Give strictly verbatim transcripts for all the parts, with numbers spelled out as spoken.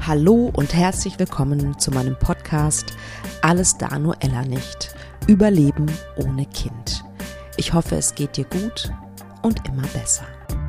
Hallo und herzlich willkommen zu meinem Podcast Alles da nur Ella nicht. Überleben ohne Kind. Ich hoffe, es geht dir gut und immer besser.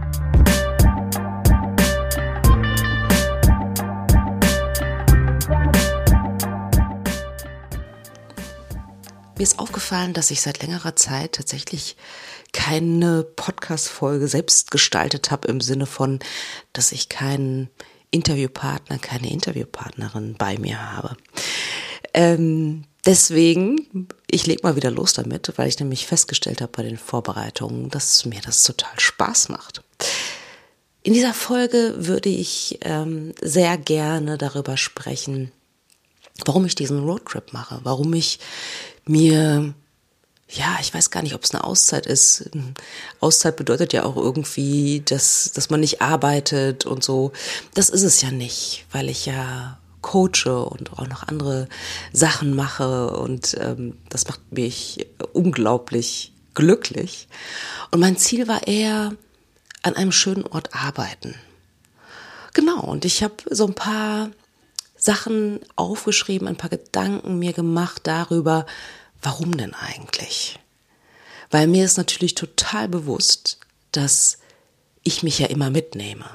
Mir ist aufgefallen, dass ich seit längerer Zeit tatsächlich keine Podcast-Folge selbst gestaltet habe, im Sinne von, dass ich keinen Interviewpartner, keine Interviewpartnerin bei mir habe. Ähm, deswegen, ich leg mal wieder los damit, weil ich nämlich festgestellt habe bei den Vorbereitungen, dass mir das total Spaß macht. In dieser Folge würde ich ähm, sehr gerne darüber sprechen, warum ich diesen Roadtrip mache, warum ich mir, ja, ich weiß gar nicht, ob es eine Auszeit ist. Auszeit bedeutet ja auch irgendwie, dass, dass man nicht arbeitet und so. Das ist es ja nicht, weil ich ja coache und auch noch andere Sachen mache und ähm, das macht mich unglaublich glücklich. Und mein Ziel war eher, an einem schönen Ort arbeiten. Genau, und ich habe so ein paar Sachen aufgeschrieben, ein paar Gedanken mir gemacht darüber, warum denn eigentlich? Weil mir ist natürlich total bewusst, dass ich mich ja immer mitnehme.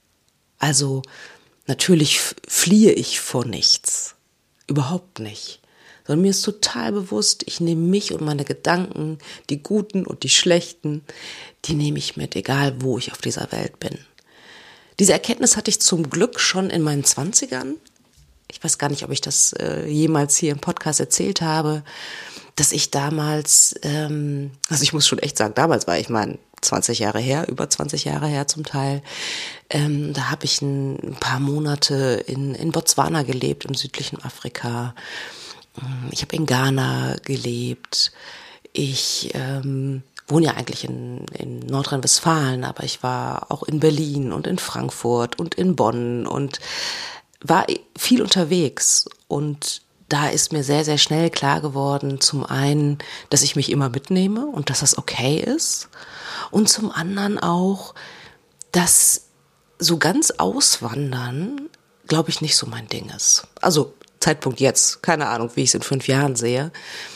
Also natürlich fliehe ich vor nichts, überhaupt nicht. Sondern mir ist total bewusst, ich nehme mich und meine Gedanken, die guten und die schlechten, die nehme ich mit, egal wo ich auf dieser Welt bin. Diese Erkenntnis hatte ich zum Glück schon in meinen Zwanzigern. Ich weiß gar nicht, ob ich das äh, jemals hier im Podcast erzählt habe, dass ich damals, ähm, also ich muss schon echt sagen, damals war ich mal zwanzig Jahre her, über zwanzig Jahre her zum Teil, ähm, da habe ich ein, ein paar Monate in, in Botswana gelebt, im südlichen Afrika. Ich habe in Ghana gelebt. Ich ähm, wohne ja eigentlich in, in Nordrhein-Westfalen, aber ich war auch in Berlin und in Frankfurt und in Bonn und war viel unterwegs. Und da ist mir sehr, sehr schnell klar geworden, zum einen, dass ich mich immer mitnehme und dass das okay ist. Und zum anderen auch, dass so ganz auswandern, glaube ich, nicht so mein Ding ist. Also Zeitpunkt jetzt, keine Ahnung, wie ich es in fünf Jahren sehe.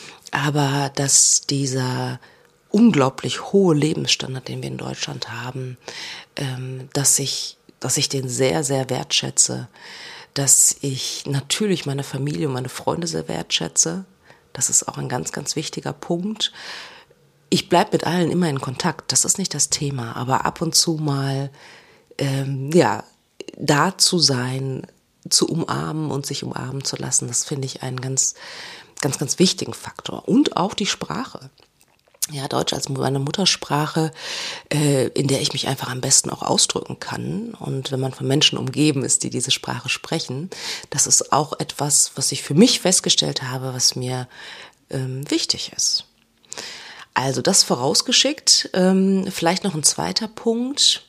Aber dass dieser unglaublich hohe Lebensstandard, den wir in Deutschland haben, ähm, dass ich, dass ich den sehr, sehr wertschätze, dass ich natürlich meine Familie und meine Freunde sehr wertschätze. Das ist auch ein ganz, ganz wichtiger Punkt. Ich bleibe mit allen immer in Kontakt, das ist nicht das Thema, aber ab und zu mal ähm, ja, da zu sein, zu umarmen und sich umarmen zu lassen, das finde ich einen ganz, ganz, ganz wichtigen Faktor. Und auch die Sprache. Ja, Deutsch als meine Muttersprache, äh, in der ich mich einfach am besten auch ausdrücken kann. Und wenn man von Menschen umgeben ist, die diese Sprache sprechen, das ist auch etwas, was ich für mich festgestellt habe, was mir ähm, wichtig ist. Also das vorausgeschickt. Ähm, vielleicht noch ein zweiter Punkt.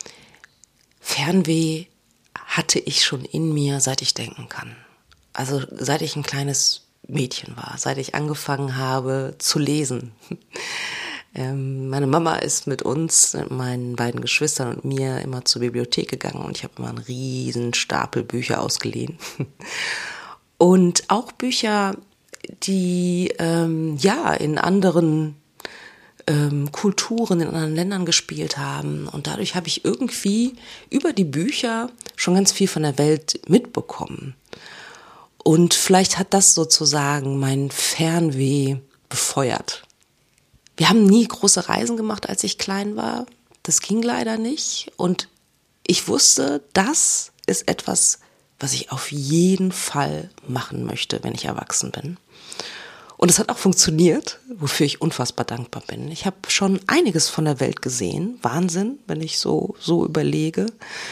Fernweh hatte ich schon in mir, seit ich denken kann. Also seit ich ein kleines Mädchen war, seit ich angefangen habe zu lesen. Ähm, meine Mama ist mit uns, meinen beiden Geschwistern und mir immer zur Bibliothek gegangen und ich habe immer einen riesen Stapel Bücher ausgeliehen. Und auch Bücher, die ähm, ja in anderen ähm, Kulturen, in anderen Ländern gespielt haben. Und dadurch habe ich irgendwie über die Bücher schon ganz viel von der Welt mitbekommen. Und vielleicht hat das sozusagen mein Fernweh befeuert. Wir haben nie große Reisen gemacht, als ich klein war. Das ging leider nicht. Und ich wusste, das ist etwas, was ich auf jeden Fall machen möchte, wenn ich erwachsen bin. Und es hat auch funktioniert, wofür ich unfassbar dankbar bin. Ich habe schon einiges von der Welt gesehen. Wahnsinn, wenn ich so, so überlege.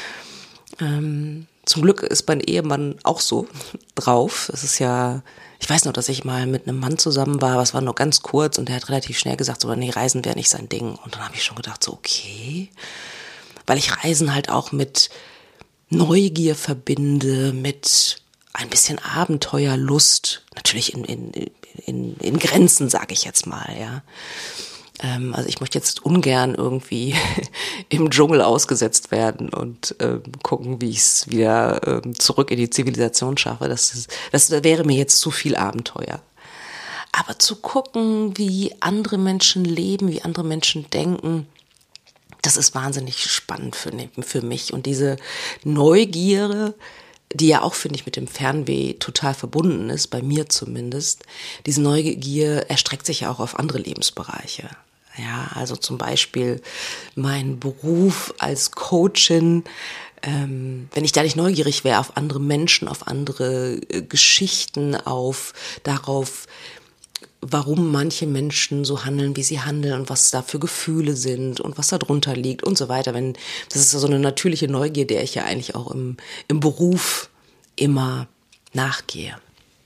Ähm, Zum Glück ist mein Ehemann auch so drauf. Es ist ja, ich weiß noch, dass ich mal mit einem Mann zusammen war, aber es war nur ganz kurz und der hat relativ schnell gesagt, so, nee, Reisen wäre nicht sein Ding. Und dann habe ich schon gedacht, so, okay, weil ich Reisen halt auch mit Neugier verbinde, mit ein bisschen Abenteuerlust, natürlich in, in, in, in Grenzen, sage ich jetzt mal, ja. Ähm, also ich möchte jetzt ungern irgendwie im Dschungel ausgesetzt werden und ähm, gucken, wie ich es wieder ähm, zurück in die Zivilisation schaffe. Das ist, das wäre mir jetzt zu viel Abenteuer. Aber zu gucken, wie andere Menschen leben, wie andere Menschen denken, das ist wahnsinnig spannend für, für mich. Und diese Neugierde, die ja auch, finde ich, mit dem Fernweh total verbunden ist, bei mir zumindest, diese Neugier erstreckt sich ja auch auf andere Lebensbereiche. Ja, also zum Beispiel mein Beruf als Coachin, ähm, wenn ich da nicht neugierig wäre auf andere Menschen, auf andere äh, Geschichten, auf darauf, warum manche Menschen so handeln, wie sie handeln und was da für Gefühle sind und was da drunter liegt und so weiter. Wenn, das ist so eine natürliche Neugier, der ich ja eigentlich auch im, im Beruf immer nachgehe.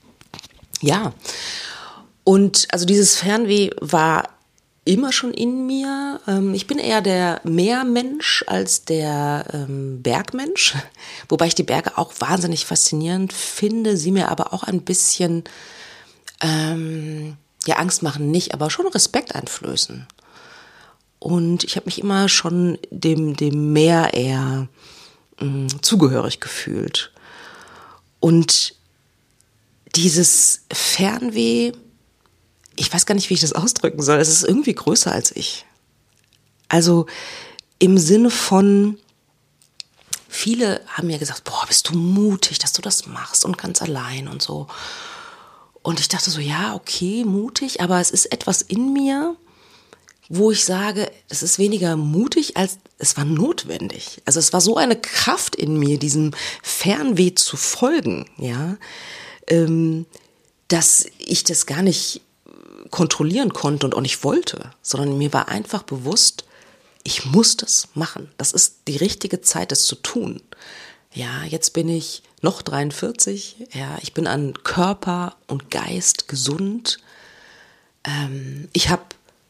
Ja, und also dieses Fernweh war immer schon in mir. Ich bin eher der Meermensch als der ähm, Bergmensch, wobei ich die Berge auch wahnsinnig faszinierend finde, sie mir aber auch ein bisschen ähm, ja, Angst machen nicht, aber schon Respekt einflößen. Und ich habe mich immer schon dem, dem Meer eher mh, zugehörig gefühlt. Und dieses Fernweh, ich weiß gar nicht, wie ich das ausdrücken soll, es ist irgendwie größer als ich. Also im Sinne von, viele haben mir gesagt, boah, bist du mutig, dass du das machst und ganz allein und so. Und ich dachte so, ja, okay, mutig, aber es ist etwas in mir, wo ich sage, es ist weniger mutig, als es war notwendig. Also es war so eine Kraft in mir, diesem Fernweh zu folgen, ja, ähm, dass ich das gar nicht kontrollieren konnte und auch nicht wollte, sondern mir war einfach bewusst, ich muss das machen. Das ist die richtige Zeit, das zu tun. Ja, jetzt bin ich noch dreiundvierzig, ja, ich bin an Körper und Geist gesund. Ähm, ich habe,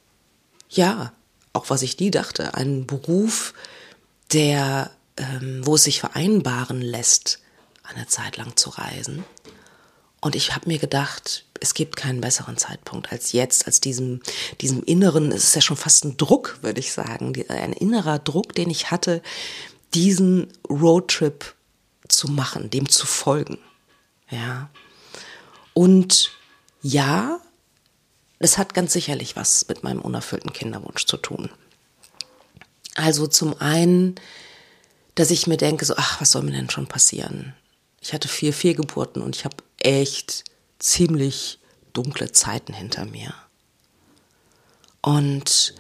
ja, auch was ich nie dachte, einen Beruf, der, ähm, wo es sich vereinbaren lässt, eine Zeit lang zu reisen. Und ich habe mir gedacht, es gibt keinen besseren Zeitpunkt als jetzt, als diesem, diesem inneren, es ist ja schon fast ein Druck, würde ich sagen, ein innerer Druck, den ich hatte, diesen Roadtrip zu machen, dem zu folgen. Ja. Und ja, es hat ganz sicherlich was mit meinem unerfüllten Kinderwunsch zu tun. Also zum einen, dass ich mir denke, so, ach, was soll mir denn schon passieren? Ich hatte vier Fehlgeburten und ich habe echt ziemlich dunkle Zeiten hinter mir. Und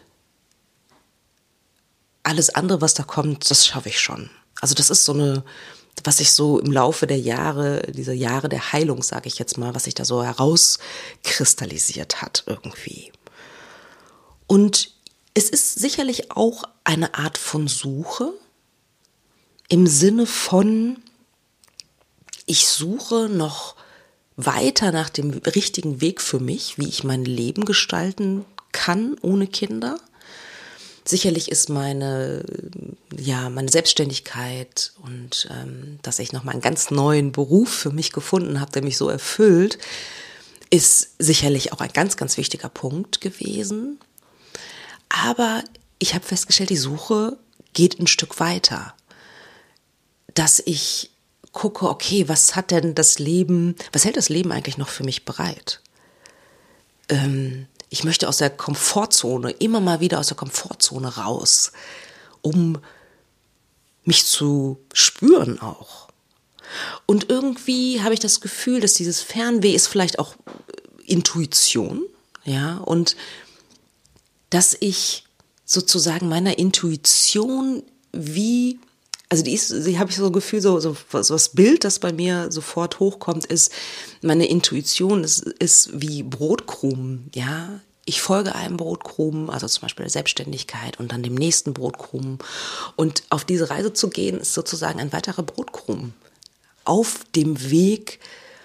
alles andere, was da kommt, das schaffe ich schon. Also das ist so eine, was sich so im Laufe der Jahre, dieser Jahre der Heilung, sage ich jetzt mal, was sich da so herauskristallisiert hat irgendwie. Und es ist sicherlich auch eine Art von Suche im Sinne von, ich suche noch weiter nach dem richtigen Weg für mich, wie ich mein Leben gestalten kann ohne Kinder. Sicherlich ist meine, ja, meine Selbstständigkeit und ähm, dass ich nochmal einen ganz neuen Beruf für mich gefunden habe, der mich so erfüllt, ist sicherlich auch ein ganz, ganz wichtiger Punkt gewesen. Aber ich habe festgestellt, die Suche geht ein Stück weiter. Dass ich gucke, okay, was hat denn das Leben, was hält das Leben eigentlich noch für mich bereit? Ähm, ich möchte aus der Komfortzone, immer mal wieder aus der Komfortzone raus, um mich zu spüren auch. Und irgendwie habe ich das Gefühl, dass dieses Fernweh ist vielleicht auch Intuition, ja, und dass ich sozusagen meiner Intuition wie, also die ist, die habe ich so ein Gefühl, so, so, so das Bild, das bei mir sofort hochkommt, ist, meine Intuition ist, ist wie Brotkrumen, ja. Ich folge einem Brotkrumen, also zum Beispiel der Selbstständigkeit und dann dem nächsten Brotkrumen. Und auf diese Reise zu gehen, ist sozusagen ein weiterer Brotkrumen. Auf dem Weg,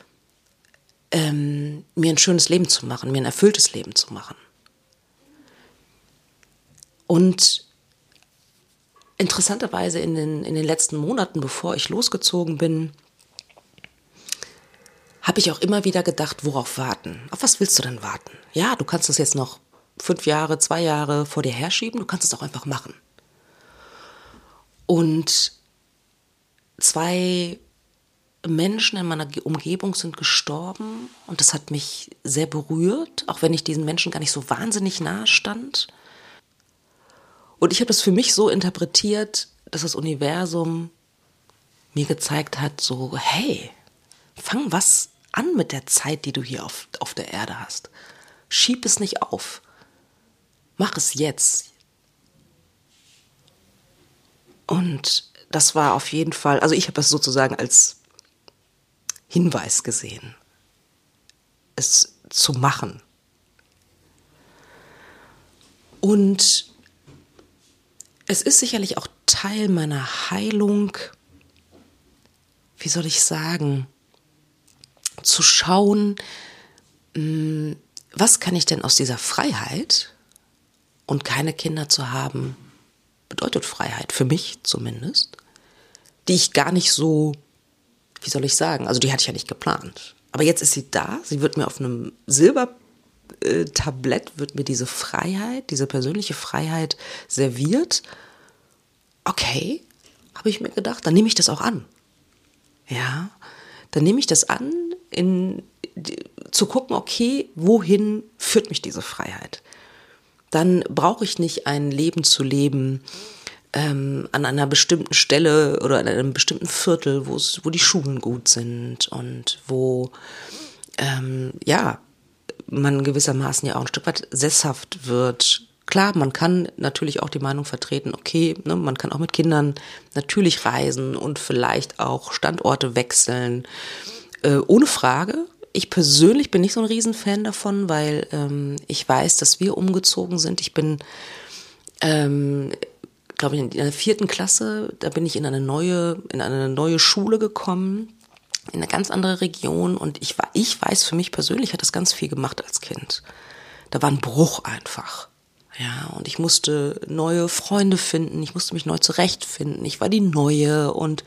ähm, mir ein schönes Leben zu machen, mir ein erfülltes Leben zu machen. Und interessanterweise in den, in den letzten Monaten, bevor ich losgezogen bin, habe ich auch immer wieder gedacht, worauf warten? Auf was willst du denn warten? Ja, du kannst das jetzt noch fünf Jahre, zwei Jahre vor dir herschieben, du kannst es auch einfach machen. Und zwei Menschen in meiner Umgebung sind gestorben und das hat mich sehr berührt, auch wenn ich diesen Menschen gar nicht so wahnsinnig nahe stand. Und ich habe das für mich so interpretiert, dass das Universum mir gezeigt hat, so, hey, fang was an mit der Zeit, die du hier auf, auf der Erde hast. Schieb es nicht auf. Mach es jetzt. Und das war auf jeden Fall, also ich habe das sozusagen als Hinweis gesehen, es zu machen. Und es ist sicherlich auch Teil meiner Heilung, wie soll ich sagen, zu schauen, was kann ich denn aus dieser Freiheit, und keine Kinder zu haben, bedeutet Freiheit, für mich zumindest, die ich gar nicht so, wie soll ich sagen, also die hatte ich ja nicht geplant. Aber jetzt ist sie da, sie wird mir auf einem Silbertablett, wird mir diese Freiheit, diese persönliche Freiheit serviert. Okay, habe ich mir gedacht, dann nehme ich das auch an. Ja, dann nehme ich das an, in, zu gucken, okay, wohin führt mich diese Freiheit? Dann brauche ich nicht ein Leben zu leben ähm, an einer bestimmten Stelle oder in einem bestimmten Viertel, wo es, wo die Schulen gut sind und wo ähm, ja man gewissermaßen ja auch ein Stück weit sesshaft wird. Klar, man kann natürlich auch die Meinung vertreten, okay, ne, man kann auch mit Kindern natürlich reisen und vielleicht auch Standorte wechseln, äh, ohne Frage. Ich persönlich bin nicht so ein Riesenfan davon, weil ähm, ich weiß, dass wir umgezogen sind. Ich bin, ähm, glaube ich, in der vierten Klasse, da bin ich in eine neue, in eine neue Schule gekommen, in eine ganz andere Region. Und ich, ich weiß, für mich persönlich hat das ganz viel gemacht als Kind. Da war ein Bruch einfach. Ja, und ich musste neue Freunde finden, ich musste mich neu zurechtfinden. Ich war die Neue und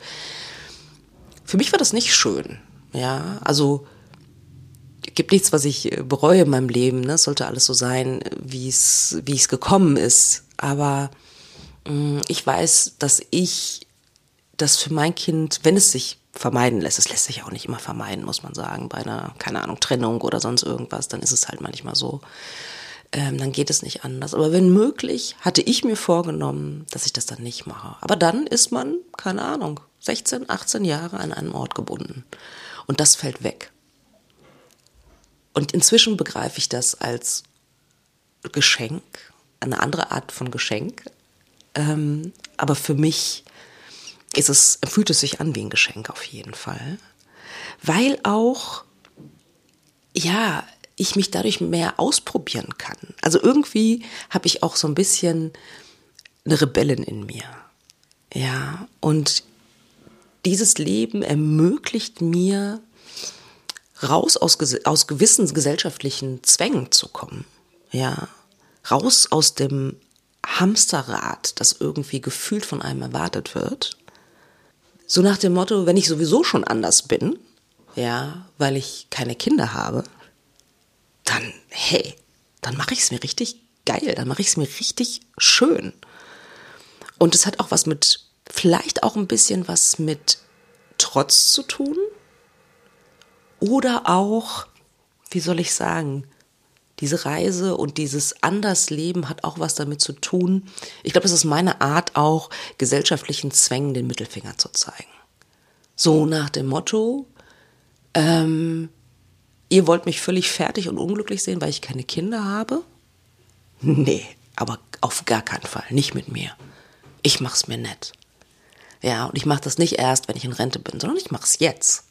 für mich war das nicht schön. Ja, also gibt nichts, was ich bereue in meinem Leben. Ne? Es sollte alles so sein, wie es wie es gekommen ist. Aber mh, ich weiß, dass ich das für mein Kind, wenn es sich vermeiden lässt, es lässt sich auch nicht immer vermeiden, muss man sagen, bei einer, keine Ahnung, Trennung oder sonst irgendwas, dann ist es halt manchmal so. Ähm, dann geht es nicht anders. Aber wenn möglich, hatte ich mir vorgenommen, dass ich das dann nicht mache. Aber dann ist man, keine Ahnung, sechzehn, achtzehn Jahre an einen Ort gebunden. Und das fällt weg. Und inzwischen begreife ich das als Geschenk, eine andere Art von Geschenk. Ähm, aber für mich ist es, fühlt es sich an wie ein Geschenk auf jeden Fall. Weil auch, ja, ich mich dadurch mehr ausprobieren kann. Also irgendwie habe ich auch so ein bisschen eine Rebellin in mir. Ja, und dieses Leben ermöglicht mir, raus aus, aus gewissen gesellschaftlichen Zwängen zu kommen. Ja, raus aus dem Hamsterrad, das irgendwie gefühlt von einem erwartet wird. So nach dem Motto, wenn ich sowieso schon anders bin, ja, weil ich keine Kinder habe, dann, hey, dann mache ich es mir richtig geil, dann mache ich es mir richtig schön. Und es hat auch was mit, vielleicht auch ein bisschen was mit Trotz zu tun oder auch, wie soll ich sagen, diese Reise und dieses Andersleben hat auch was damit zu tun. Ich glaube, das ist meine Art auch, gesellschaftlichen Zwängen den Mittelfinger zu zeigen. So nach dem Motto, ähm, ihr wollt mich völlig fertig und unglücklich sehen, weil ich keine Kinder habe? Nee, aber auf gar keinen Fall, nicht mit mir. Ich mach's mir nett. Ja, und ich mach das nicht erst, wenn ich in Rente bin, sondern ich mach's jetzt.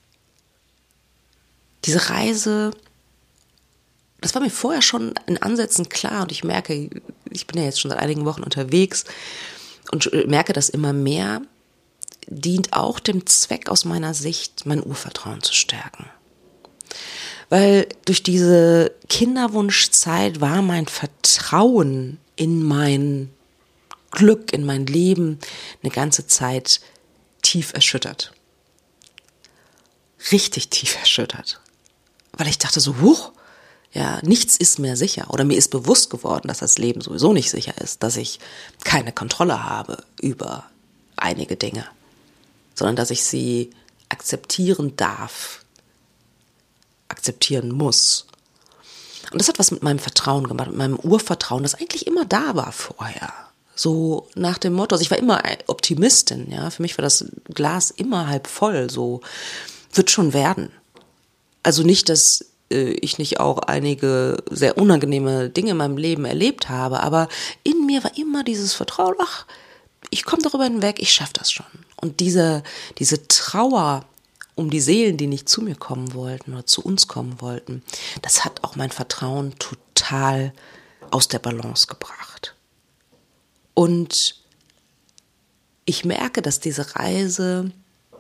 Diese Reise, das war mir vorher schon in Ansätzen klar und ich merke, ich bin ja jetzt schon seit einigen Wochen unterwegs und merke das immer mehr, dient auch dem Zweck aus meiner Sicht, mein Urvertrauen zu stärken. Weil durch diese Kinderwunschzeit war mein Vertrauen in mein Glück, in mein Leben eine ganze Zeit tief erschüttert. Richtig tief erschüttert. Weil ich dachte so, huch, Ja, nichts ist mehr sicher. Oder mir ist bewusst geworden, dass das Leben sowieso nicht sicher ist, dass ich keine Kontrolle habe über einige Dinge, sondern dass ich sie akzeptieren darf, akzeptieren muss. Und das hat was mit meinem Vertrauen gemacht, mit meinem Urvertrauen, das eigentlich immer da war vorher. So nach dem Motto, also ich war immer Optimistin, ja, für mich war das Glas immer halb voll, so wird schon werden. Also nicht, dass äh, ich nicht auch einige sehr unangenehme Dinge in meinem Leben erlebt habe, aber in mir war immer dieses Vertrauen, ach, ich komme darüber hinweg, ich schaffe das schon. Und diese, diese Trauer um die Seelen, die nicht zu mir kommen wollten oder zu uns kommen wollten, das hat auch mein Vertrauen total aus der Balance gebracht. Und ich merke, dass diese Reise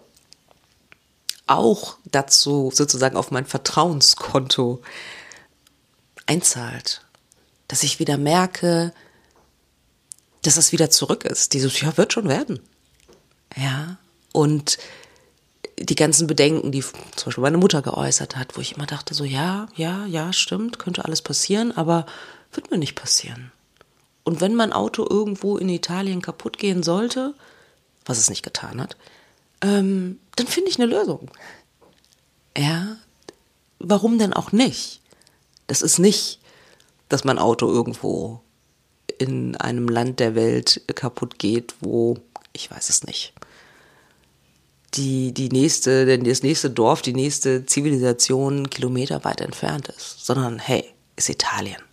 auch dazu sozusagen auf mein Vertrauenskonto einzahlt. Dass ich wieder merke, dass es wieder zurück ist. Dieses, ja, wird schon werden. Ja, und die ganzen Bedenken, die zum Beispiel meine Mutter geäußert hat, wo ich immer dachte so, ja, ja, ja, stimmt, könnte alles passieren, aber wird mir nicht passieren. Und wenn mein Auto irgendwo in Italien kaputt gehen sollte, was es nicht getan hat, ähm, dann finde ich eine Lösung. Ja, warum denn auch nicht? Das ist nicht, dass mein Auto irgendwo in einem Land der Welt kaputt geht, wo, ich weiß es nicht, die, die nächste, denn das nächste Dorf, die nächste Zivilisation Kilometer weit entfernt ist, sondern hey, ist Italien.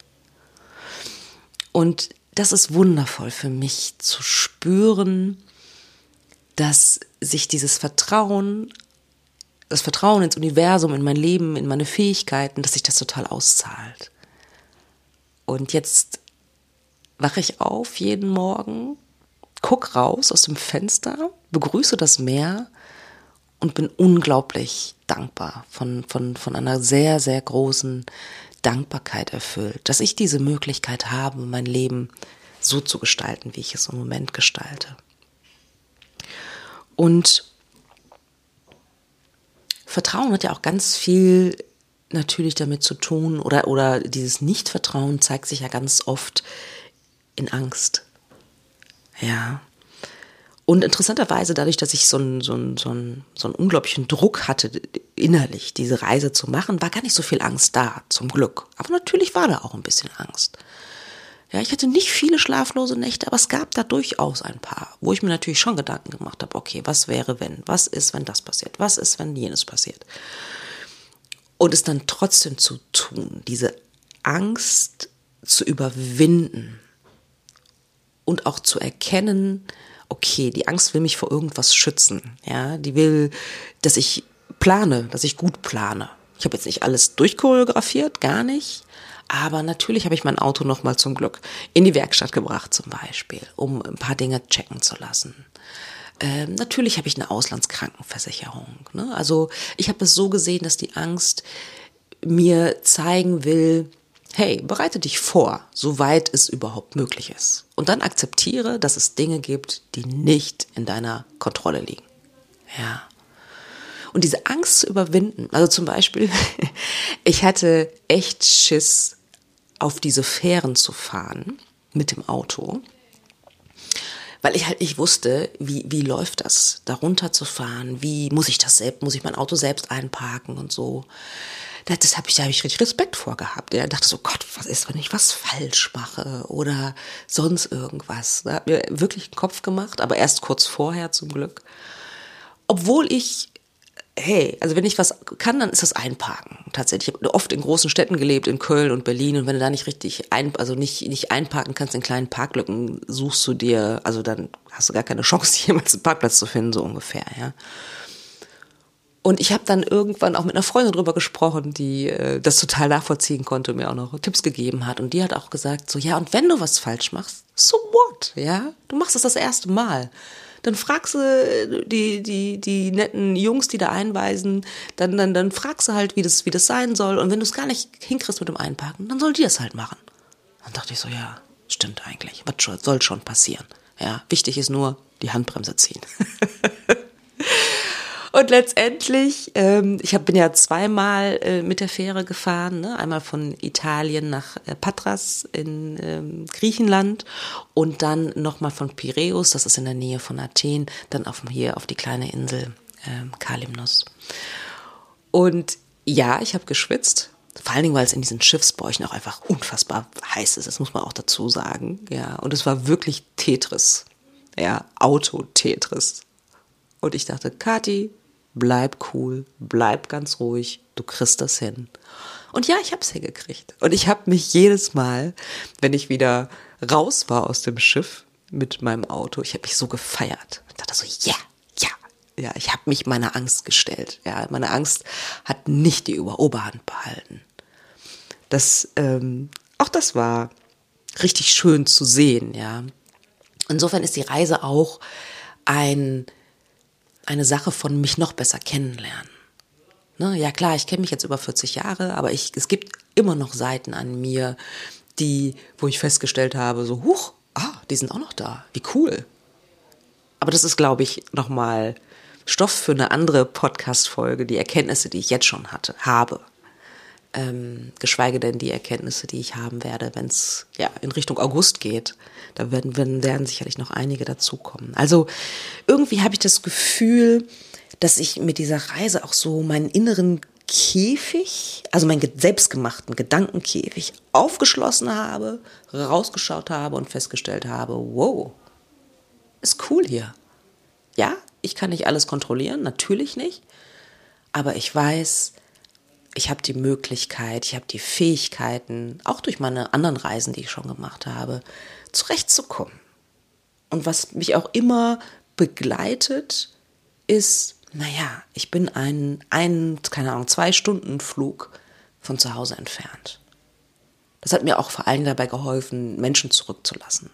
Und das ist wundervoll für mich zu spüren, dass sich dieses Vertrauen, das Vertrauen ins Universum, in mein Leben, in meine Fähigkeiten, dass sich das total auszahlt. Und jetzt wache ich auf jeden Morgen, guck raus aus dem Fenster, begrüße das Meer und bin unglaublich dankbar, von, von, von einer sehr, sehr großen Dankbarkeit erfüllt, dass ich diese Möglichkeit habe, mein Leben so zu gestalten, wie ich es im Moment gestalte. Und Vertrauen hat ja auch ganz viel natürlich damit zu tun, oder, oder dieses Nichtvertrauen zeigt sich ja ganz oft in Angst. Ja. Und interessanterweise, dadurch, dass ich so einen, so einen, so einen, so einen unglaublichen Druck hatte, innerlich diese Reise zu machen, war gar nicht so viel Angst da, zum Glück. Aber natürlich war da auch ein bisschen Angst. Ja, ich hatte nicht viele schlaflose Nächte, aber es gab da durchaus ein paar, wo ich mir natürlich schon Gedanken gemacht habe, okay, was wäre, wenn? Was ist, wenn das passiert? Was ist, wenn jenes passiert? Und es dann trotzdem zu tun, diese Angst zu überwinden und auch zu erkennen, okay, die Angst will mich vor irgendwas schützen. Ja, die will, dass ich plane, dass ich gut plane. Ich habe jetzt nicht alles durchchoreografiert, gar nicht. Aber natürlich habe ich mein Auto nochmal zum Glück in die Werkstatt gebracht zum Beispiel, um ein paar Dinge checken zu lassen. Ähm, natürlich habe ich eine Auslandskrankenversicherung. Ne? Also ich habe es so gesehen, dass die Angst mir zeigen will, hey, bereite dich vor, soweit es überhaupt möglich ist. Und dann akzeptiere, dass es Dinge gibt, die nicht in deiner Kontrolle liegen. Ja. Und diese Angst zu überwinden, also zum Beispiel, ich hatte echt Schiss, auf diese Fähren zu fahren mit dem Auto, weil ich halt nicht wusste, wie, wie läuft das, da runterzufahren, wie muss ich das selbst, muss ich mein Auto selbst einparken und so. Das habe ich, da habe ich richtig Respekt vor gehabt. Ich dachte so, Gott, was ist, wenn ich was falsch mache oder sonst irgendwas. Da hat mir wirklich einen Kopf gemacht, aber erst kurz vorher zum Glück. Obwohl ich, hey, also wenn ich was kann, dann ist das Einparken. Tatsächlich, ich habe oft in großen Städten gelebt, in Köln und Berlin, und wenn du da nicht richtig ein, also nicht, nicht einparken kannst in kleinen Parklücken, suchst du dir, also dann hast du gar keine Chance, jemals einen Parkplatz zu finden, so ungefähr, ja. Und ich habe dann irgendwann auch mit einer Freundin drüber gesprochen, die äh, das total nachvollziehen konnte und mir auch noch Tipps gegeben hat. Und die hat auch gesagt, so, ja, und wenn du was falsch machst, so what, ja? Du machst es das erste Mal. Dann fragst du die, die, die netten Jungs, die da einweisen, dann, dann, dann fragst du halt, wie das, wie das sein soll. Und wenn du es gar nicht hinkriegst mit dem Einparken, dann soll die das halt machen. Dann dachte ich so, ja, stimmt eigentlich. Was soll schon passieren? Ja, wichtig ist nur, die Handbremse ziehen. Und letztendlich, ähm, ich hab, bin ja zweimal äh, mit der Fähre gefahren, ne? Einmal von Italien nach äh, Patras in ähm, Griechenland und dann nochmal von Piräus, das ist in der Nähe von Athen, dann auf, hier auf die kleine Insel ähm, Kalymnos. Und ja, ich habe geschwitzt. Vor allen Dingen, weil es in diesen Schiffsbäuchen auch einfach unfassbar heiß ist. Das muss man auch dazu sagen. Ja, und es war wirklich Tetris. Ja, Auto-Tetris. Und ich dachte, Kathi, bleib cool, bleib ganz ruhig, du kriegst das hin. Und ja, ich hab's hingekriegt. Und ich habe mich jedes Mal, wenn ich wieder raus war aus dem Schiff mit meinem Auto, ich habe mich so gefeiert. Ich dachte so, ja, yeah, ja. Ja, ich habe mich meiner Angst gestellt. Ja, meine Angst hat nicht die Oberhand behalten. Das, ähm, auch das war richtig schön zu sehen, ja. Insofern ist die Reise auch ein, eine Sache von mich noch besser kennenlernen. Ne? Ja klar, ich kenne mich jetzt über vierzig Jahre, aber ich, es gibt immer noch Seiten an mir, die, wo ich festgestellt habe, so, huch, ah, die sind auch noch da, wie cool. Aber das ist, glaube ich, nochmal Stoff für eine andere Podcast-Folge, die Erkenntnisse, die ich jetzt schon hatte, habe. Ähm, geschweige denn die Erkenntnisse, die ich haben werde, wenn es ja in Richtung August geht. Da werden, werden, werden sicherlich noch einige dazukommen. Also irgendwie habe ich das Gefühl, dass ich mit dieser Reise auch so meinen inneren Käfig, also meinen selbstgemachten Gedankenkäfig aufgeschlossen habe, rausgeschaut habe und festgestellt habe, wow, ist cool hier. Ja, ich kann nicht alles kontrollieren, natürlich nicht, aber ich weiß, ich habe die Möglichkeit, ich habe die Fähigkeiten, auch durch meine anderen Reisen, die ich schon gemacht habe, zurechtzukommen. Und was mich auch immer begleitet, ist, naja, ich bin einen, einen, keine Ahnung, zwei Stunden Flug von zu Hause entfernt. Das hat mir auch vor allem dabei geholfen, Menschen zurückzulassen.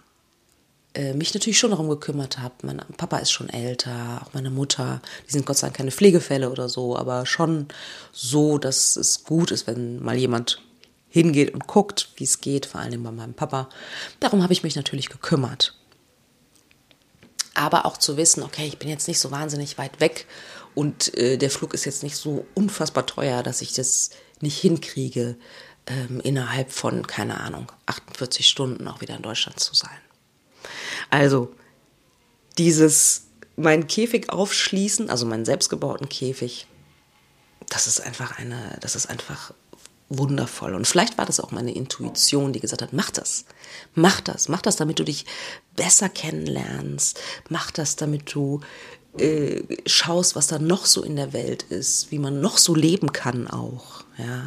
Mich natürlich schon darum gekümmert habe. Mein Papa ist schon älter, auch meine Mutter. Die sind Gott sei Dank keine Pflegefälle oder so, aber schon so, dass es gut ist, wenn mal jemand hingeht und guckt, wie es geht, vor allem bei meinem Papa. Darum habe ich mich natürlich gekümmert. Aber auch zu wissen, okay, ich bin jetzt nicht so wahnsinnig weit weg und äh, der Flug ist jetzt nicht so unfassbar teuer, dass ich das nicht hinkriege, ähm, innerhalb von, keine Ahnung, achtundvierzig Stunden auch wieder in Deutschland zu sein. Also dieses, meinen Käfig aufschließen, also meinen selbstgebauten Käfig, das ist einfach eine, das ist einfach wundervoll. Und vielleicht war das auch meine Intuition, die gesagt hat, mach das, mach das, mach das, damit du dich besser kennenlernst, mach das, damit du äh, schaust, was da noch so in der Welt ist, wie man noch so leben kann auch, ja.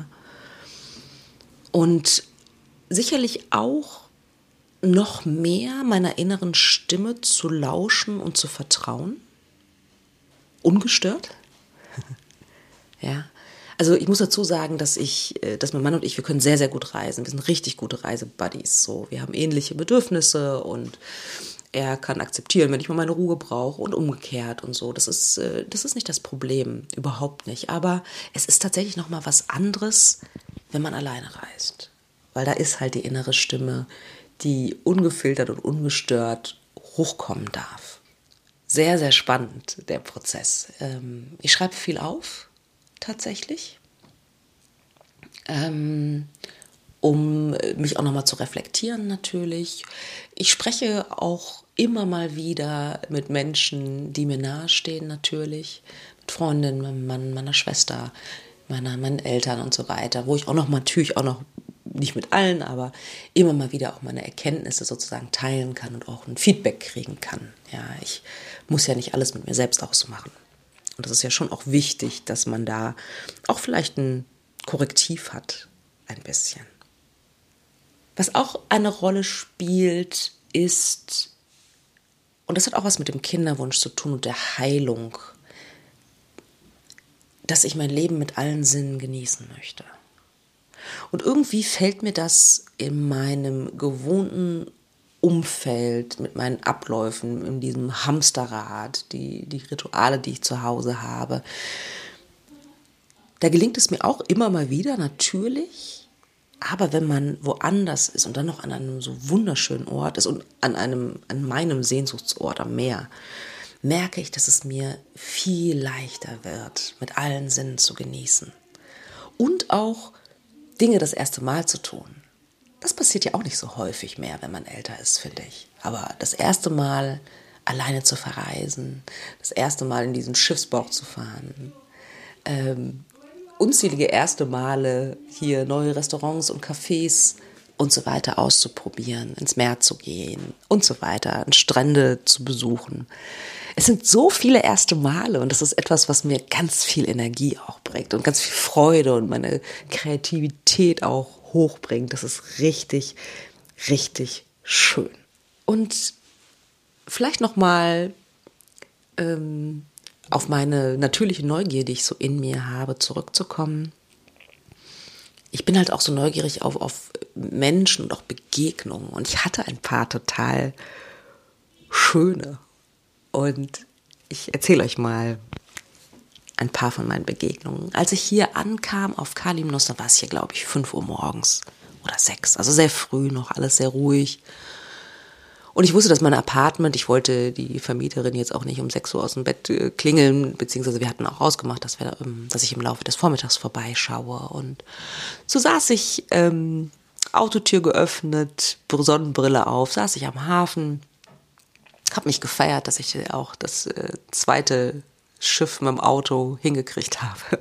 Und sicherlich auch noch mehr meiner inneren Stimme zu lauschen und zu vertrauen. Ungestört. Ja. Also ich muss dazu sagen, dass ich, dass mein Mann und ich, wir können sehr, sehr gut reisen. Wir sind richtig gute Reisebuddies. So, wir haben ähnliche Bedürfnisse und er kann akzeptieren, wenn ich mal meine Ruhe brauche und umgekehrt und so. Das ist, das ist nicht das Problem, überhaupt nicht. Aber es ist tatsächlich noch mal was anderes, wenn man alleine reist. Weil da ist halt die innere Stimme, die ungefiltert und ungestört hochkommen darf. Sehr, sehr spannend, der Prozess. Ähm, ich schreibe viel auf, tatsächlich, ähm, um mich auch nochmal zu reflektieren natürlich. Ich spreche auch immer mal wieder mit Menschen, die mir nahestehen natürlich, mit Freundinnen, meinem Mann, meiner Schwester, meiner, meinen Eltern und so weiter, wo ich auch noch mal, natürlich auch noch nicht mit allen, aber immer mal wieder auch meine Erkenntnisse sozusagen teilen kann und auch ein Feedback kriegen kann. Ja, ich muss ja nicht alles mit mir selbst ausmachen. Und das ist ja schon auch wichtig, dass man da auch vielleicht ein Korrektiv hat, ein bisschen. Was auch eine Rolle spielt, ist, und das hat auch was mit dem Kinderwunsch zu tun und der Heilung, dass ich mein Leben mit allen Sinnen genießen möchte. Und irgendwie fällt mir das in meinem gewohnten Umfeld, mit meinen Abläufen, in diesem Hamsterrad, die, die Rituale, die ich zu Hause habe, da gelingt es mir auch immer mal wieder, natürlich. Aber wenn man woanders ist und dann noch an einem so wunderschönen Ort ist und an einem, an meinem Sehnsuchtsort am Meer, merke ich, dass es mir viel leichter wird, mit allen Sinnen zu genießen. Und auch Dinge das erste Mal zu tun. Das passiert ja auch nicht so häufig mehr, wenn man älter ist, finde ich. Aber das erste Mal alleine zu verreisen, das erste Mal in diesen Schiffsbauch zu fahren, ähm, unzählige erste Male hier neue Restaurants und Cafés und so weiter auszuprobieren, ins Meer zu gehen und so weiter, Strände zu besuchen. Es sind so viele erste Male und das ist etwas, was mir ganz viel Energie auch bringt und ganz viel Freude und meine Kreativität auch hochbringt. Das ist richtig, richtig schön. Und vielleicht nochmal ähm, auf meine natürliche Neugier, die ich so in mir habe, zurückzukommen. Ich bin halt auch so neugierig auf, auf Menschen und auch Begegnungen. Und ich hatte ein paar total schöne. Und ich erzähle euch mal ein paar von meinen Begegnungen. Als ich hier ankam auf Kalymnos, da war es hier, glaube ich, fünf Uhr morgens oder sechs. Also sehr früh noch, alles sehr ruhig. Und ich wusste, dass mein Apartment, ich wollte die Vermieterin jetzt auch nicht um sechs Uhr aus dem Bett äh, klingeln, beziehungsweise wir hatten auch ausgemacht, dass, wir, ähm, dass ich im Laufe des Vormittags vorbeischaue. Und so saß ich, ähm, Autotür geöffnet, Sonnenbrille auf, saß ich am Hafen, habe mich gefeiert, dass ich auch das äh, zweite Schiff mit dem Auto hingekriegt habe.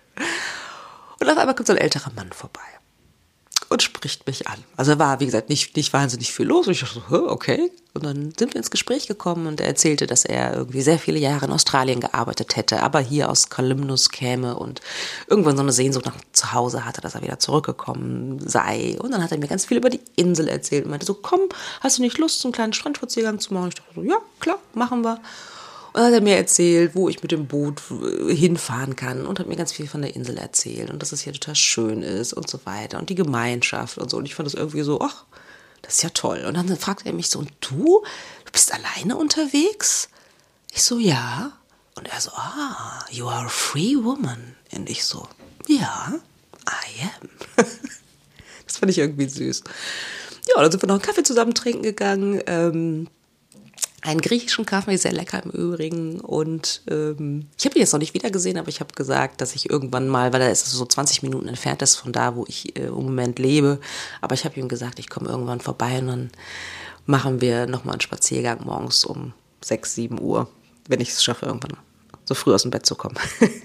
Und auf einmal kommt so ein älterer Mann vorbei und spricht mich an. Also er war, wie gesagt, nicht, nicht wahnsinnig viel los. Und ich dachte so, okay. Und dann sind wir ins Gespräch gekommen und er erzählte, dass er irgendwie sehr viele Jahre in Australien gearbeitet hätte, aber hier aus Kalymnos käme und irgendwann so eine Sehnsucht nach zu Hause hatte, dass er wieder zurückgekommen sei. Und dann hat er mir ganz viel über die Insel erzählt und meinte so, komm, hast du nicht Lust, so einen kleinen Strandspaziergang zu machen? Ich dachte so, ja, klar, machen wir. Und dann hat er mir erzählt, wo ich mit dem Boot hinfahren kann und hat mir ganz viel von der Insel erzählt und dass es hier total schön ist und so weiter und die Gemeinschaft und so. Und ich fand das irgendwie so, ach, das ist ja toll. Und dann fragte er mich so, und du, du bist alleine unterwegs? Ich so, ja. Und er so, ah, you are a free woman. Und ich so, ja, I am. Das fand ich irgendwie süß. Ja, dann sind wir noch einen Kaffee zusammen trinken gegangen, ähm, einen griechischen Kaffee, sehr lecker im Übrigen. Und ähm, ich habe ihn jetzt noch nicht wieder gesehen, aber ich habe gesagt, dass ich irgendwann mal, weil er ist so zwanzig Minuten entfernt ist von da, wo ich äh, im Moment lebe. Aber ich habe ihm gesagt, ich komme irgendwann vorbei und dann machen wir nochmal einen Spaziergang morgens um sechs, sieben Uhr, wenn ich es schaffe, irgendwann so früh aus dem Bett zu kommen.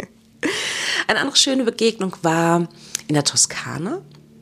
Eine andere schöne Begegnung war in der Toskana.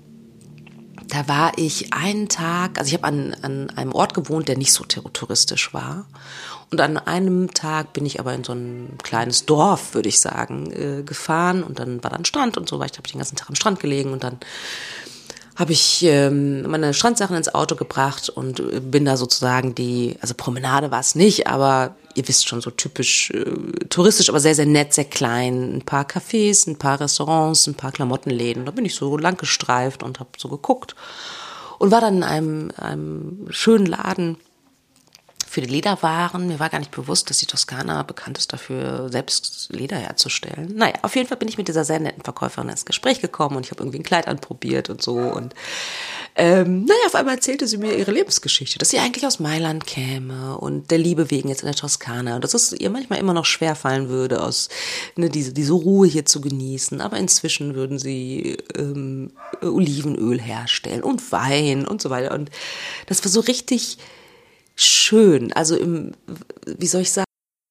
Da war ich einen Tag, also ich habe an, an einem Ort gewohnt, der nicht so touristisch war. Und an einem Tag bin ich aber in so ein kleines Dorf, würde ich sagen, äh, gefahren. Und dann war da ein Strand und so weiter. Habe ich den ganzen Tag am Strand gelegen und dann habe ich ähm, meine Strandsachen ins Auto gebracht und bin da sozusagen die, also Promenade war es nicht, aber ihr wisst schon, so typisch äh, touristisch, aber sehr, sehr nett, sehr klein. Ein paar Cafés, ein paar Restaurants, ein paar Klamottenläden. Da bin ich so lang gestreift und habe so geguckt und war dann in einem, einem schönen Laden für die Lederwaren. Mir war gar nicht bewusst, dass die Toskana bekannt ist dafür, selbst Leder herzustellen. Naja, auf jeden Fall bin ich mit dieser sehr netten Verkäuferin ins Gespräch gekommen und ich habe irgendwie ein Kleid anprobiert und so. Und ähm, naja, auf einmal erzählte sie mir ihre Lebensgeschichte, dass sie eigentlich aus Mailand käme und der Liebe wegen jetzt in der Toskana. Und dass es ihr manchmal immer noch schwerfallen würde, aus ne, diese, diese Ruhe hier zu genießen. Aber inzwischen würden sie ähm, Olivenöl herstellen und Wein und so weiter. Und das war so richtig schön, also im, wie soll ich sagen,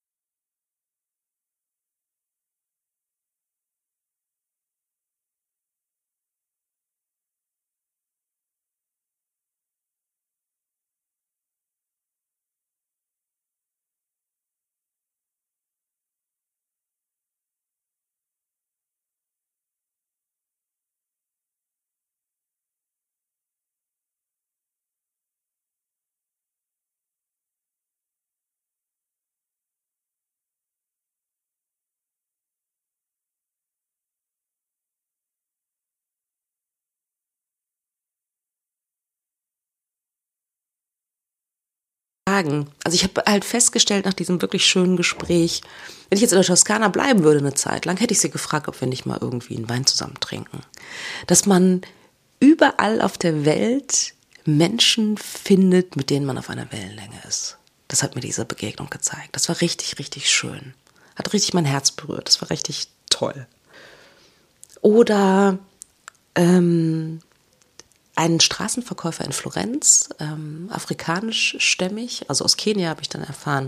sagen. Also ich habe halt festgestellt nach diesem wirklich schönen Gespräch, wenn ich jetzt in der Toskana bleiben würde eine Zeit lang, hätte ich sie gefragt, ob wir nicht mal irgendwie einen Wein zusammen trinken. Dass man überall auf der Welt Menschen findet, mit denen man auf einer Wellenlänge ist. Das hat mir diese Begegnung gezeigt. Das war richtig, richtig schön. Hat richtig mein Herz berührt. Das war richtig toll. Oder ähm, einen Straßenverkäufer in Florenz, ähm, afrikanischstämmig, also aus Kenia habe ich dann erfahren.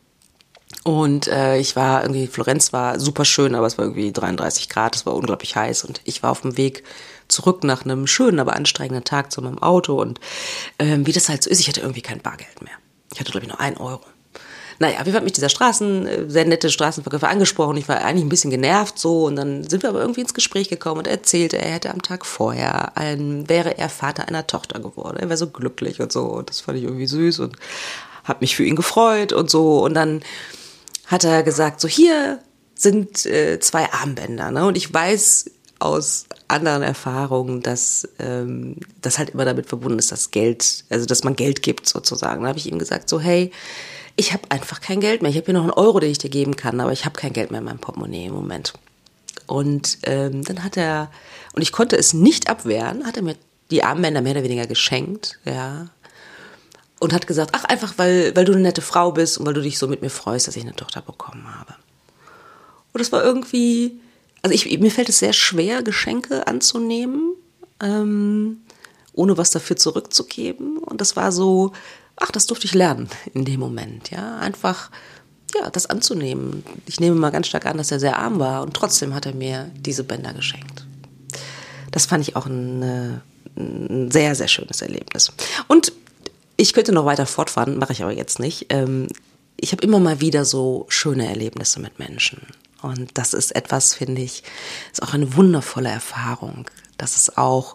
Und äh, ich war irgendwie, Florenz war super schön, aber es war irgendwie dreiunddreißig Grad, es war unglaublich heiß und ich war auf dem Weg zurück nach einem schönen, aber anstrengenden Tag zu meinem Auto und ähm, wie das halt so ist, ich hatte irgendwie kein Bargeld mehr. Ich hatte, glaube ich, nur ein Euro. Naja, wie hat mich dieser Straßen, sehr nette Straßenverkäufer angesprochen. Ich war eigentlich ein bisschen genervt so und dann sind wir aber irgendwie ins Gespräch gekommen und er erzählte, er hätte am Tag vorher, ein, wäre er Vater einer Tochter geworden. Er wäre so glücklich und so und das fand ich irgendwie süß und habe mich für ihn gefreut und so und dann hat er gesagt, so hier sind äh, zwei Armbänder, ne? Und ich weiß aus anderen Erfahrungen, dass ähm, das halt immer damit verbunden ist, dass Geld, also dass man Geld gibt sozusagen. Da habe ich ihm gesagt, so hey, ich habe einfach kein Geld mehr. Ich habe hier noch einen Euro, den ich dir geben kann, aber ich habe kein Geld mehr in meinem Portemonnaie im Moment. Und ähm, dann hat er, und ich konnte es nicht abwehren, hat er mir die Armbänder mehr oder weniger geschenkt, ja. Und hat gesagt, ach einfach, weil, weil du eine nette Frau bist und weil du dich so mit mir freust, dass ich eine Tochter bekommen habe. Und das war irgendwie, also ich, mir fällt es sehr schwer, Geschenke anzunehmen, ähm, ohne was dafür zurückzugeben. Und das war so, ach, das durfte ich lernen in dem Moment, ja. Einfach, ja, das anzunehmen. Ich nehme mal ganz stark an, dass er sehr arm war und trotzdem hat er mir diese Bänder geschenkt. Das fand ich auch ein, ein sehr, sehr schönes Erlebnis. Und ich könnte noch weiter fortfahren, mache ich aber jetzt nicht. Ich habe immer mal wieder so schöne Erlebnisse mit Menschen. Und das ist etwas, finde ich, ist auch eine wundervolle Erfahrung, dass es auch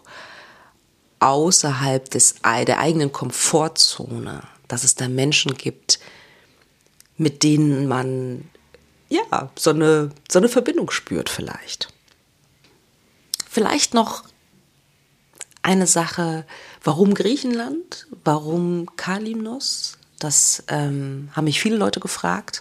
außerhalb des, der eigenen Komfortzone, dass es da Menschen gibt, mit denen man ja so eine, so eine Verbindung spürt vielleicht. Vielleicht noch eine Sache, warum Griechenland, warum Kalymnos? Das ähm, haben mich viele Leute gefragt.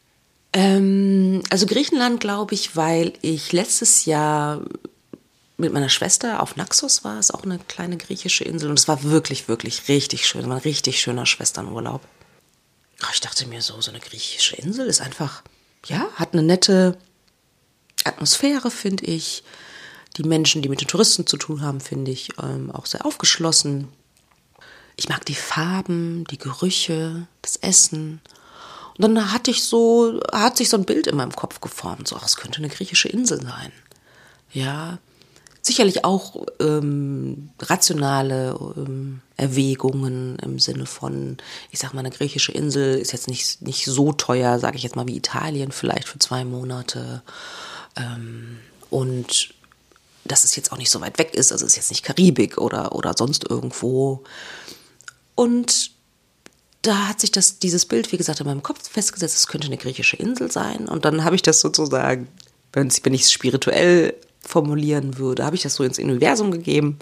Ähm, also Griechenland, glaube ich, weil ich letztes Jahr mit meiner Schwester auf Naxos war, ist auch eine kleine griechische Insel und es war wirklich, wirklich richtig schön. Es war ein richtig schöner Schwesternurlaub. Ich dachte mir so, so eine griechische Insel ist einfach, ja, hat eine nette Atmosphäre, finde ich. Die Menschen, die mit den Touristen zu tun haben, finde ich ähm, auch sehr aufgeschlossen. Ich mag die Farben, die Gerüche, das Essen. Und dann hatte ich so, hat sich so ein Bild in meinem Kopf geformt, so, ach, es könnte eine griechische Insel sein. Ja, sicherlich auch ähm, rationale ähm, Erwägungen im Sinne von, ich sag mal, eine griechische Insel ist jetzt nicht, nicht so teuer, sage ich jetzt mal, wie Italien vielleicht für zwei Monate. Ähm, und dass es jetzt auch nicht so weit weg ist, also es ist jetzt nicht Karibik oder, oder sonst irgendwo. Und da hat sich das, dieses Bild, wie gesagt, in meinem Kopf festgesetzt, es könnte eine griechische Insel sein. Und dann habe ich das sozusagen, wenn ich es spirituell formulieren würde, habe ich das so ins Universum gegeben.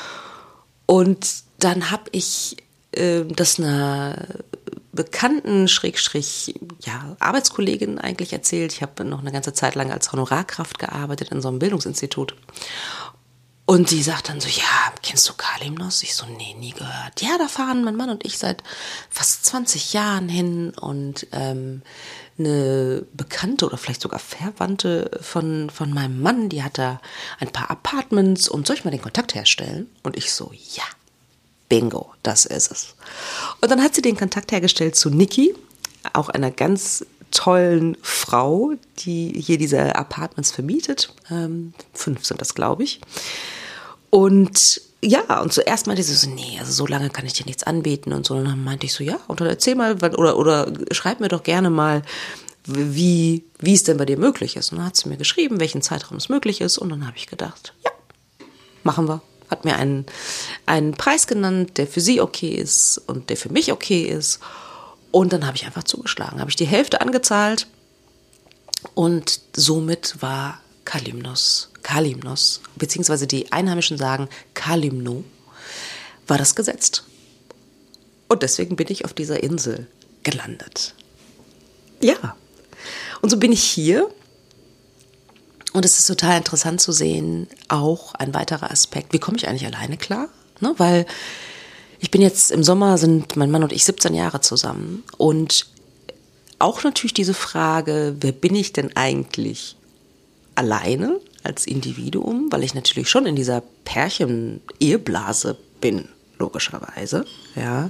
Und dann habe ich äh, das einer bekannten, Schrägstrich, ja, Arbeitskollegin eigentlich erzählt. Ich habe noch eine ganze Zeit lang als Honorarkraft gearbeitet in so einem Bildungsinstitut. Und die sagt dann so, ja, kennst du Kalymnos? Ich so, nee, nie gehört. Ja, da fahren mein Mann und ich seit fast zwanzig Jahren hin und ähm, eine Bekannte oder vielleicht sogar Verwandte von, von meinem Mann, die hat da ein paar Apartments und soll ich mal den Kontakt herstellen? Und ich so, ja, bingo, das ist es. Und dann hat sie den Kontakt hergestellt zu Niki, auch einer ganz tollen Frau, die hier diese Apartments vermietet. Ähm, fünf sind das, glaube ich. Und ja, und zuerst meinte sie so, nee, also so lange kann ich dir nichts anbieten und so. Und dann meinte ich so, ja, und dann erzähl mal, oder, oder schreib mir doch gerne mal, wie, wie es denn bei dir möglich ist. Und dann hat sie mir geschrieben, welchen Zeitraum es möglich ist. Und dann habe ich gedacht, ja, machen wir. Hat mir einen, einen Preis genannt, der für sie okay ist und der für mich okay ist. Und dann habe ich einfach zugeschlagen, habe ich die Hälfte angezahlt und somit war Kalymnos, Kalymnos, beziehungsweise die Einheimischen sagen Kalymno, war das gesetzt. Und deswegen bin ich auf dieser Insel gelandet. Ja, und so bin ich hier. Und es ist total interessant zu sehen, auch ein weiterer Aspekt, wie komme ich eigentlich alleine klar? Ne, weil Ich bin jetzt im Sommer, sind mein Mann und ich siebzehn Jahre zusammen und auch natürlich diese Frage, wer bin ich denn eigentlich alleine als Individuum, weil ich natürlich schon in dieser Pärchen-Eheblase bin, logischerweise, ja.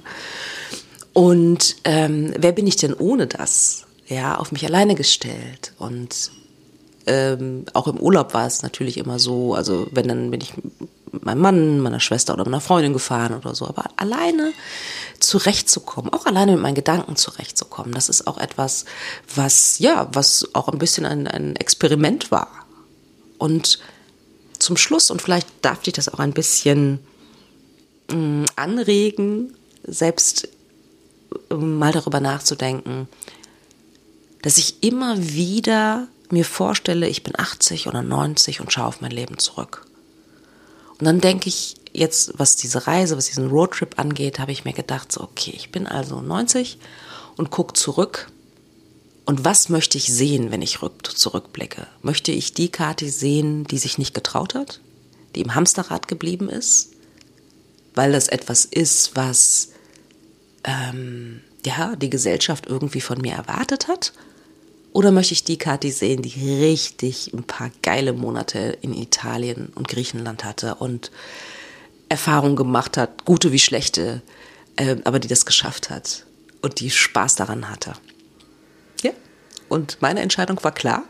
Und ähm, wer bin ich denn ohne das? Ja, auf mich alleine gestellt. Und ähm, auch im Urlaub war es natürlich immer so, also wenn, dann bin ich mit meinem Mann, meiner Schwester oder meiner Freundin gefahren oder so, aber alleine zurechtzukommen, auch alleine mit meinen Gedanken zurechtzukommen, das ist auch etwas, was, ja, was auch ein bisschen ein, ein Experiment war. Und zum Schluss, und vielleicht darf dich das auch ein bisschen mh, anregen, selbst mal darüber nachzudenken, dass ich immer wieder mir vorstelle, ich bin achtzig oder neunzig und schaue auf mein Leben zurück. Und dann denke ich jetzt, was diese Reise, was diesen Roadtrip angeht, habe ich mir gedacht, so okay, ich bin also neunzig und gucke zurück. Und was möchte ich sehen, wenn ich rück, zurückblicke? Möchte ich die Kathi sehen, die sich nicht getraut hat, die im Hamsterrad geblieben ist, weil das etwas ist, was ähm, ja, die Gesellschaft irgendwie von mir erwartet hat? Oder möchte ich die Kathi sehen, die richtig ein paar geile Monate in Italien und Griechenland hatte und Erfahrungen gemacht hat, gute wie schlechte, äh, aber die das geschafft hat und die Spaß daran hatte? Ja, und meine Entscheidung war klar.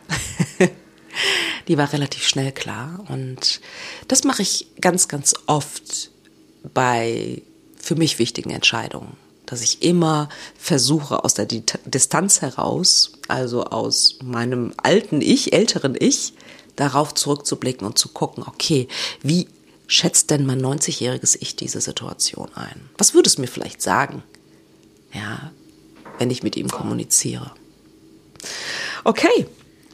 Die war relativ schnell klar. Und das mache ich ganz, ganz oft bei für mich wichtigen Entscheidungen. Dass ich immer versuche, aus der Distanz heraus, also aus meinem alten Ich, älteren Ich, darauf zurückzublicken und zu gucken, okay, wie schätzt denn mein neunzigjähriges Ich diese Situation ein? Was würde es mir vielleicht sagen, ja, wenn ich mit ihm kommuniziere? Okay,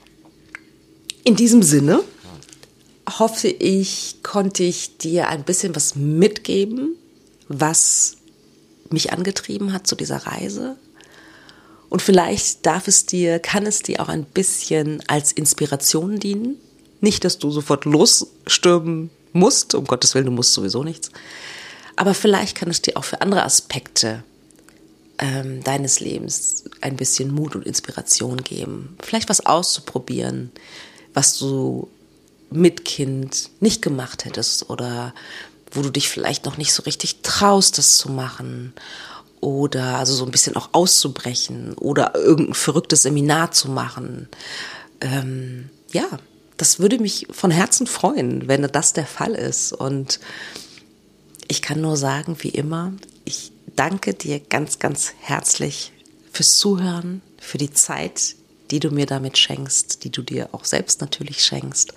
in diesem Sinne hoffe ich, konnte ich dir ein bisschen was mitgeben, was mich angetrieben hat zu dieser Reise. Und vielleicht darf es dir, kann es dir auch ein bisschen als Inspiration dienen. Nicht, dass du sofort losstürmen musst, um Gottes Willen, du musst sowieso nichts. Aber vielleicht kann es dir auch für andere Aspekte ähm, deines Lebens ein bisschen Mut und Inspiration geben. Vielleicht was auszuprobieren, was du mit Kind nicht gemacht hättest oder wo du dich vielleicht noch nicht so richtig traust, das zu machen oder also so ein bisschen auch auszubrechen oder irgendein verrücktes Seminar zu machen. Ähm, ja, das würde mich von Herzen freuen, wenn das der Fall ist. Und ich kann nur sagen, wie immer, ich danke dir ganz, ganz herzlich fürs Zuhören, für die Zeit, die du mir damit schenkst, die du dir auch selbst natürlich schenkst.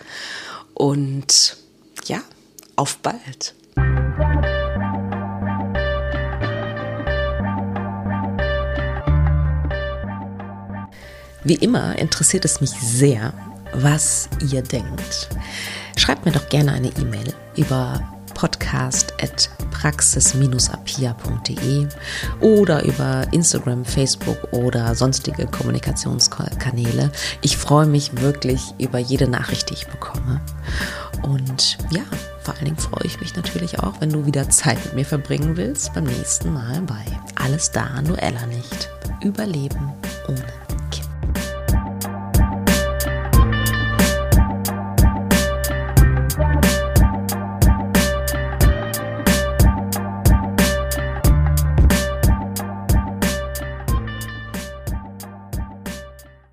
Und ja, auf bald. Wie immer interessiert es mich sehr, was ihr denkt. Schreibt mir doch gerne eine E-Mail über podcast at praxis dash apia punkt de oder über Instagram, Facebook oder sonstige Kommunikationskanäle. Ich freue mich wirklich über jede Nachricht, die ich bekomme. Und ja, vor allen Dingen freue ich mich natürlich auch, wenn du wieder Zeit mit mir verbringen willst, beim nächsten Mal bei Alles da, Noella nicht. Überleben ohne